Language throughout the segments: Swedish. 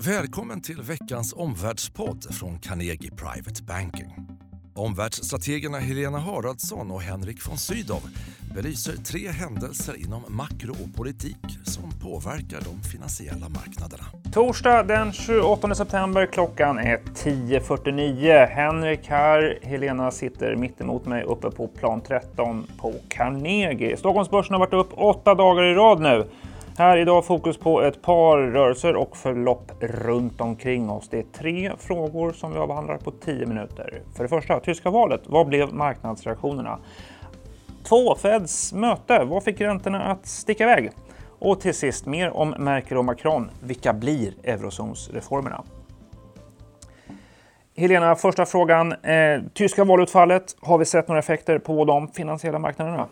Välkommen till veckans omvärldspodd från Carnegie Private Banking. Omvärldsstrategerna Helena Haraldsson och Henrik von Sydow belyser 3 händelser inom makro och politik som påverkar de finansiella marknaderna. Torsdag den 28 september, klockan är 10.49. Henrik här, Helena sitter mitt emot mig uppe på plan 13 på Carnegie. Stockholmsbörsen har varit upp 8 dagar i rad nu. Här idag fokus på ett par rörelser och förlopp runt omkring oss. Det är 3 frågor som vi avhandlar på 10 minuter. För det första, tyska valet. Vad blev marknadsreaktionerna? 2. Feds möte. Vad fick räntorna att sticka iväg? Och till sist, mer om Merkel och Macron. Vilka blir eurozonsreformerna? Helena, första frågan. Tyska valutfallet. Har vi sett några effekter på de finansiella marknaderna?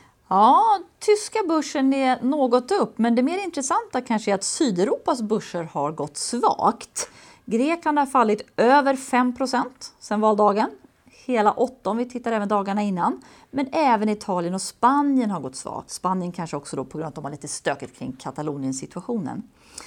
Ja, tyska börsen är något upp, men det mer intressanta kanske är att Sydeuropas börser har gått svagt. Grekland har fallit över 5% sedan valdagen, hela 8 om vi tittar även dagarna innan. Men även Italien och Spanien har gått svagt. Spanien kanske också då på grund av att de har lite stökigt kring Katalonien-situationen.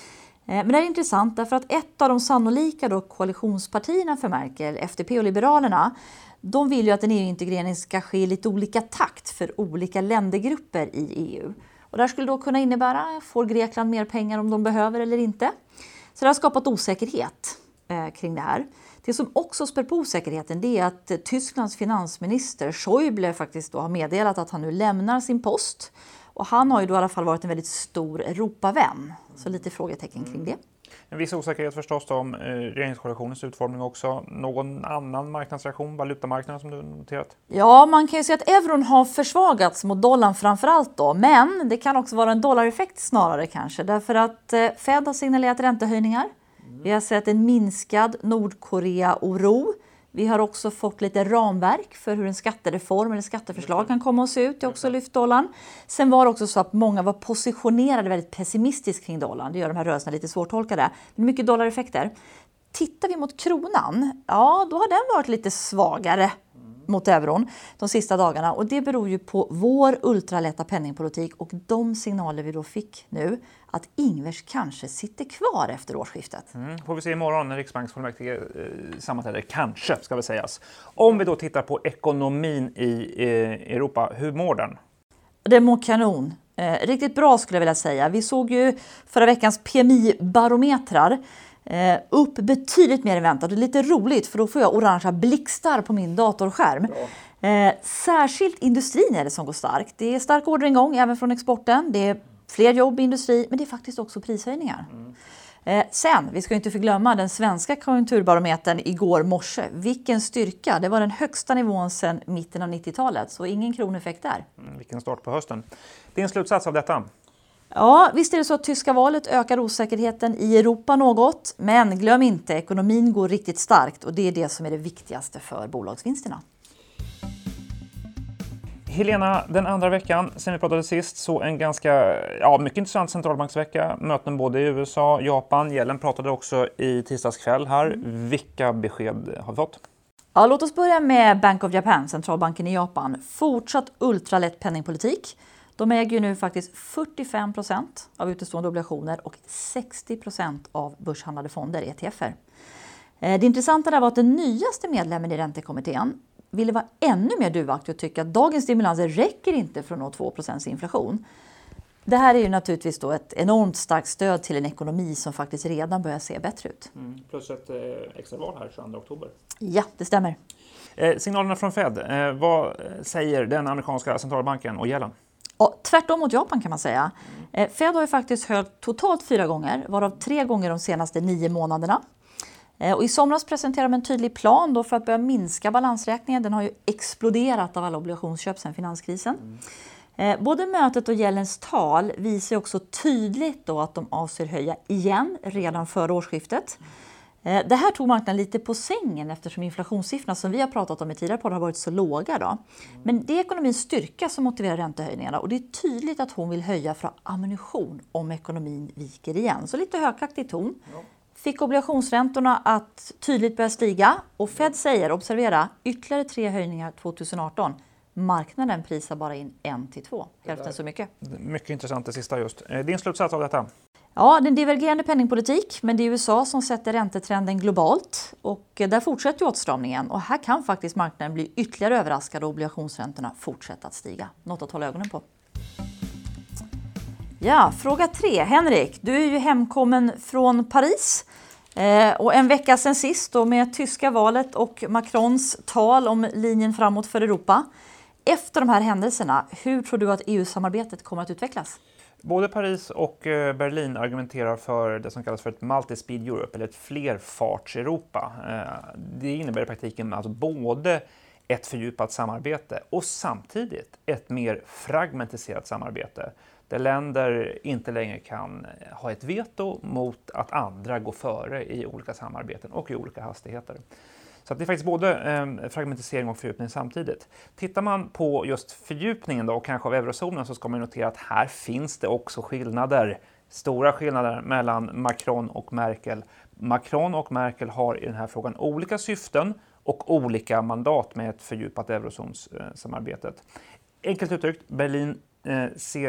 Men det är intressant därför att ett av de sannolika då koalitionspartierna för Merkel, FDP och Liberalerna, de vill ju att en EU-integrering ska ske i lite olika takt för olika ländergrupper i EU. Och det här skulle då kunna innebära, får Grekland mer pengar om de behöver eller inte? Så det har skapat osäkerhet kring det här. Det som också spär på osäkerheten, det är att Tysklands finansminister Schäuble faktiskt då har meddelat att han nu lämnar sin post. Och han har ju då i alla fall varit en väldigt stor Europavän. Så lite frågetecken kring det. En viss osäkerhet förstås om regeringskoalitionens utformning också. Någon annan marknadsreaktion, valutamarknaden som du noterat? Ja, man kan ju säga att euron har försvagats mot dollarn framförallt då. Men det kan också vara en dollareffekt snarare kanske. Därför att Fed har signalerat räntehöjningar. Vi har sett en minskad Nordkorea-oro. Vi har också fått lite ramverk för hur en skattereform eller skatteförslag kan komma att se ut. Det har också lyft dollarn. Sen var det också så att många var positionerade väldigt pessimistiskt kring dollarn. Det gör de här rörelserna lite svårtolkade. Men mycket dollareffekter. Tittar vi mot kronan, ja då har den varit lite svagare mot euron de sista dagarna. Och det beror ju på vår ultralätta penningpolitik och de signaler vi då fick nu att Ingves kanske sitter kvar efter årsskiftet. Får vi se imorgon när Riksbanksfullmäktige sammanträder, kanske ska vi sägas. Om vi då tittar på ekonomin i Europa, hur mår den? Den mår kanon. Riktigt bra skulle jag vilja säga. Vi såg ju förra veckans PMI-barometrar upp betydligt mer än väntat. Det är lite roligt för då får jag orangea blixtar på min datorskärm. Särskilt industrin är det som går starkt. Det är stark orderingång även från exporten. Det är fler jobb i industri, men det är faktiskt också prishöjningar. Sen, vi ska inte förglömma den svenska konjunkturbarometern igår morse. Vilken styrka! Det var den högsta nivån sedan mitten av 90-talet, så ingen kroneffekt där. Vilken start på hösten. Din slutsats av detta? Ja, visst är det så att tyska valet ökar osäkerheten i Europa något. Men glöm inte, ekonomin går riktigt starkt och det är det som är det viktigaste för bolagsvinsterna. Helena, den andra veckan sen vi pratade sist så en ganska mycket intressant centralbanksvecka. Möten både i USA, Japan, Yellen pratade också i tisdagskväll här. Vilka besked har vi fått? Ja, låt oss börja med Bank of Japan, centralbanken i Japan. Fortsatt ultralätt penningpolitik. De äger ju nu faktiskt 45% av utestående obligationer och 60% av börshandlade fonder, ETFer. Det intressanta där var att den nyaste medlemmen i räntekommittén ville vara ännu mer duvaktig och tycka att dagens stimulanser räcker inte för att nå 2% inflation. Det här är ju naturligtvis då ett enormt starkt stöd till en ekonomi som faktiskt redan börjar se bättre ut. Plus ett extra val här 22 oktober. Ja, det stämmer. Signalerna från Fed, vad säger den amerikanska centralbanken och Yellen? Och tvärtom mot Japan kan man säga. Fed har ju faktiskt höjt totalt 4 gånger, varav 3 gånger de senaste 9 månaderna. Och i somras presenterade de en tydlig plan då för att börja minska balansräkningen. Den har ju exploderat av alla obligationsköp sedan finanskrisen. Både mötet och Yellens tal visar också tydligt då att de avser höja igen redan före årsskiftet. Det här tog marknaden lite på sängen eftersom inflationssiffrorna som vi har pratat om i tidigare podd har varit så låga då. Men det är ekonomins styrka som motiverar räntehöjningarna och det är tydligt att hon vill höja för ammunition om ekonomin viker igen. Så lite högaktig ton. Fick obligationsräntorna att tydligt börja stiga och Fed säger, observera, ytterligare 3 höjningar 2018. Marknaden prisar bara in 1-2, hälften så mycket. Mycket intressant det sista just. Din slutsats av detta? Ja, det är en divergerande penningpolitik, men det är USA som sätter räntetrenden globalt och där fortsätter åtstramningen och här kan faktiskt marknaden bli ytterligare överraskad och obligationsräntorna fortsätter att stiga. Något att hålla ögonen på. Ja, fråga 3. Henrik, du är ju hemkommen från Paris och en vecka sedan sist då med tyska valet och Macrons tal om linjen framåt för Europa. Efter de här händelserna, hur tror du att EU-samarbetet kommer att utvecklas? Både Paris och Berlin argumenterar för det som kallas för ett multi-speed Europe eller ett flerfarts-Europa. Det innebär i praktiken alltså både ett fördjupat samarbete och samtidigt ett mer fragmentiserat samarbete där länder inte längre kan ha ett veto mot att andra går före i olika samarbeten och i olika hastigheter. Så att det är faktiskt både fragmentisering och fördjupning samtidigt. Tittar man på just fördjupningen då, och kanske av eurozonen, så ska man notera att här finns det också skillnader. Stora skillnader mellan Macron och Merkel. Macron och Merkel har i den här frågan olika syften och olika mandat med ett fördjupat eurozonssamarbetet. Enkelt uttryckt, Berlin ser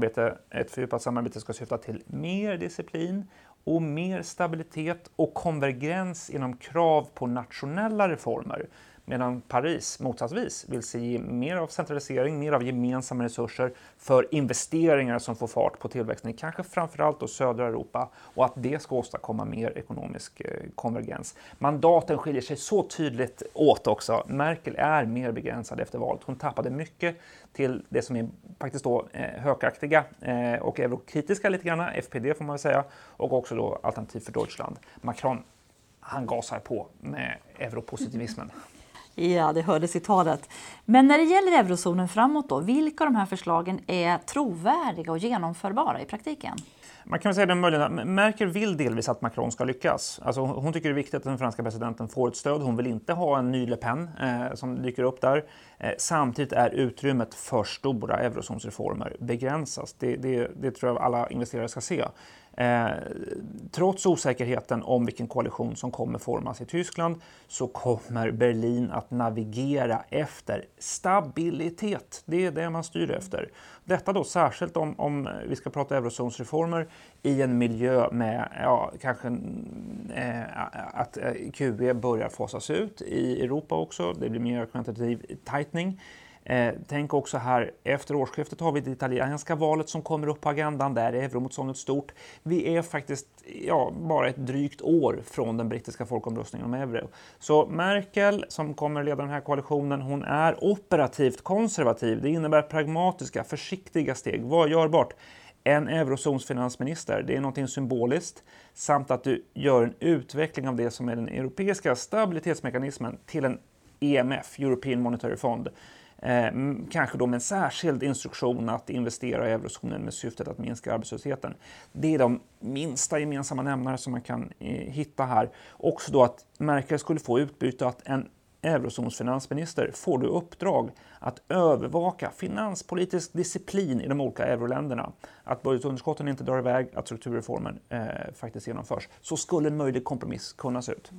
ett fördjupat samarbete ska syfta till mer disciplin och mer stabilitet och konvergens inom krav på nationella reformer. Medan Paris motsatsvis vill se mer av centralisering, mer av gemensamma resurser för investeringar som får fart på tillväxten i kanske framförallt då södra Europa och att det ska åstadkomma mer ekonomisk konvergens. Mandaten skiljer sig så tydligt åt också. Merkel är mer begränsad efter valet. Hon tappade mycket till det som är faktiskt då högaktiga och eurokritiska lite grann, FPD får man väl säga, och också då Alternativ för Deutschland. Macron, han gasar på med europositivismen. Ja, det hördes i talet. Men när det gäller eurozonen framåt då, vilka av de här förslagen är trovärdiga och genomförbara i praktiken? Man kan väl säga det möjligen. Merkel vill delvis att Macron ska lyckas. Alltså hon tycker det är viktigt att den franska presidenten får ett stöd. Hon vill inte ha en ny Le Pen som dyker upp där. Samtidigt är utrymmet för stora eurozonsreformer begränsas. Det tror jag alla investerare ska se. Trots osäkerheten om vilken koalition som kommer formas i Tyskland så kommer Berlin att navigera efter stabilitet. Det är det man styr efter. Detta då särskilt om vi ska prata eurozonsreformer i en miljö med kanske att QE börjar fasas ut i Europa också. Det blir mer kvantitativ tightening. Tänk också här, efter årsskiftet har vi det italienska valet som kommer upp på agendan. Där är euromotståndet stort. Vi är faktiskt bara ett drygt år från den brittiska folkomröstningen om euro. Så Merkel, som kommer leda den här koalitionen, hon är operativt konservativ. Det innebär pragmatiska, försiktiga steg. Vad görbart? En eurozonsfinansminister, det är något symboliskt, samt att du gör en utveckling av det som är den europeiska stabilitetsmekanismen till en EMF, European Monetary Fund. Kanske då med en särskild instruktion att investera i eurozonen med syftet att minska arbetslösheten. Det är de minsta gemensamma nämnare som man kan hitta här. Också då att Merkel skulle få utbyte att en eurozonsfinansminister får då uppdrag att övervaka finanspolitisk disciplin i de olika euroländerna. Att budgetunderskotten inte drar iväg, att strukturreformen faktiskt genomförs. Så skulle en möjlig kompromiss kunna se ut.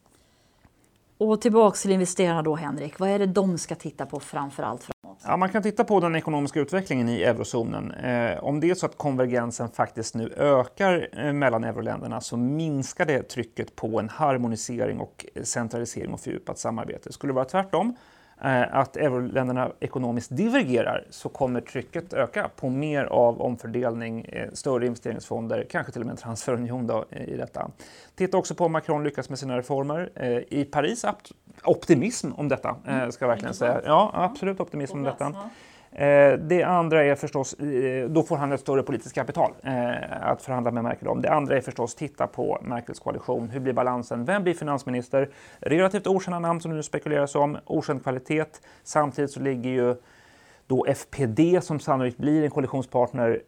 Och tillbaka till investerarna då, Henrik. Vad är det de ska titta på framförallt framåt? Ja, man kan titta på den ekonomiska utvecklingen i eurozonen. Om det är så att konvergensen faktiskt nu ökar mellan euroländerna så minskar det trycket på en harmonisering och centralisering och fördjupat samarbete. Skulle det vara tvärtom, att euroländerna ekonomiskt divergerar, så kommer trycket öka på mer av omfördelning, större investeringsfonder, kanske till och med en transferunion då i detta. Titta också på om Macron lyckas med sina reformer. I Paris optimism om detta, ska jag verkligen säga. Ja, absolut optimism om detta. Det andra är förstås, då får han ett större politiskt kapital att förhandla med Merkel om. Det andra är förstås titta på Merkels koalition. Hur blir balansen? Vem blir finansminister? Relativt okända namn som det nu spekuleras om. Okänd kvalitet. Samtidigt så ligger ju då FPD som sannolikt blir en koalitionspartner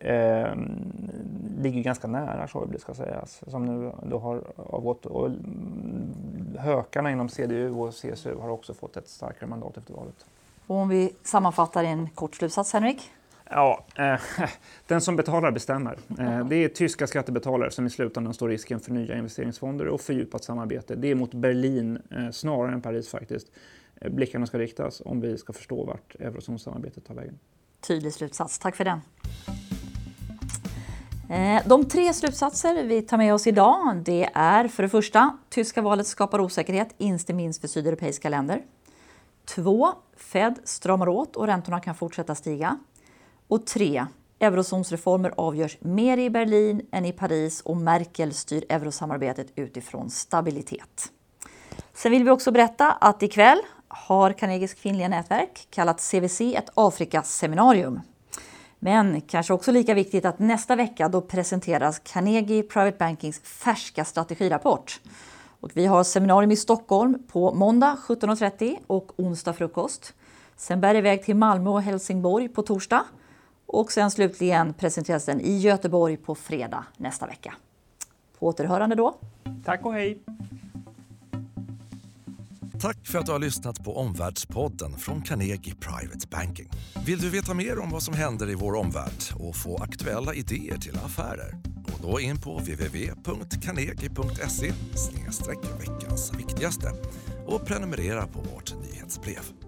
ligger ganska nära Schäuble ska sägas. Som nu då har avgått. Och hökarna inom CDU och CSU har också fått ett starkare mandat efter valet. Och om vi sammanfattar en kort slutsats, Henrik? Ja, den som betalar bestämmer. Det är tyska skattebetalare som i slutändan står risken för nya investeringsfonder och fördjupat samarbete. Det är mot Berlin snarare än Paris faktiskt. Blickarna ska riktas om vi ska förstå vart eurozonsamarbetet tar vägen. Tydlig slutsats. Tack för den. De 3 slutsatser vi tar med oss idag, det är för det första, tyska valet skapar osäkerhet, inte minst för sydeuropeiska länder. 2, Fed stramar åt och räntorna kan fortsätta stiga. Och 3, eurozonsreformer avgörs mer i Berlin än i Paris och Merkel styr eurosamarbetet utifrån stabilitet. Sen vill vi också berätta att ikväll har Carnegies kvinnliga nätverk kallat CVC ett Afrikaseminarium. Men kanske också lika viktigt att nästa vecka då presenteras Carnegie Private Bankings färska strategirapport. Och vi har seminarium i Stockholm på måndag 17.30 och onsdag frukost. Sen bär det iväg till Malmö och Helsingborg på torsdag. Och sen slutligen presenteras den i Göteborg på fredag nästa vecka. På återhörande då. Tack och hej! Tack för att du har lyssnat på Omvärldspodden från Carnegie Private Banking. Vill du veta mer om vad som händer i vår omvärld och få aktuella idéer till affärer? Gå då in på www.carnegie.se/veckans viktigaste och prenumerera på vårt nyhetsbrev.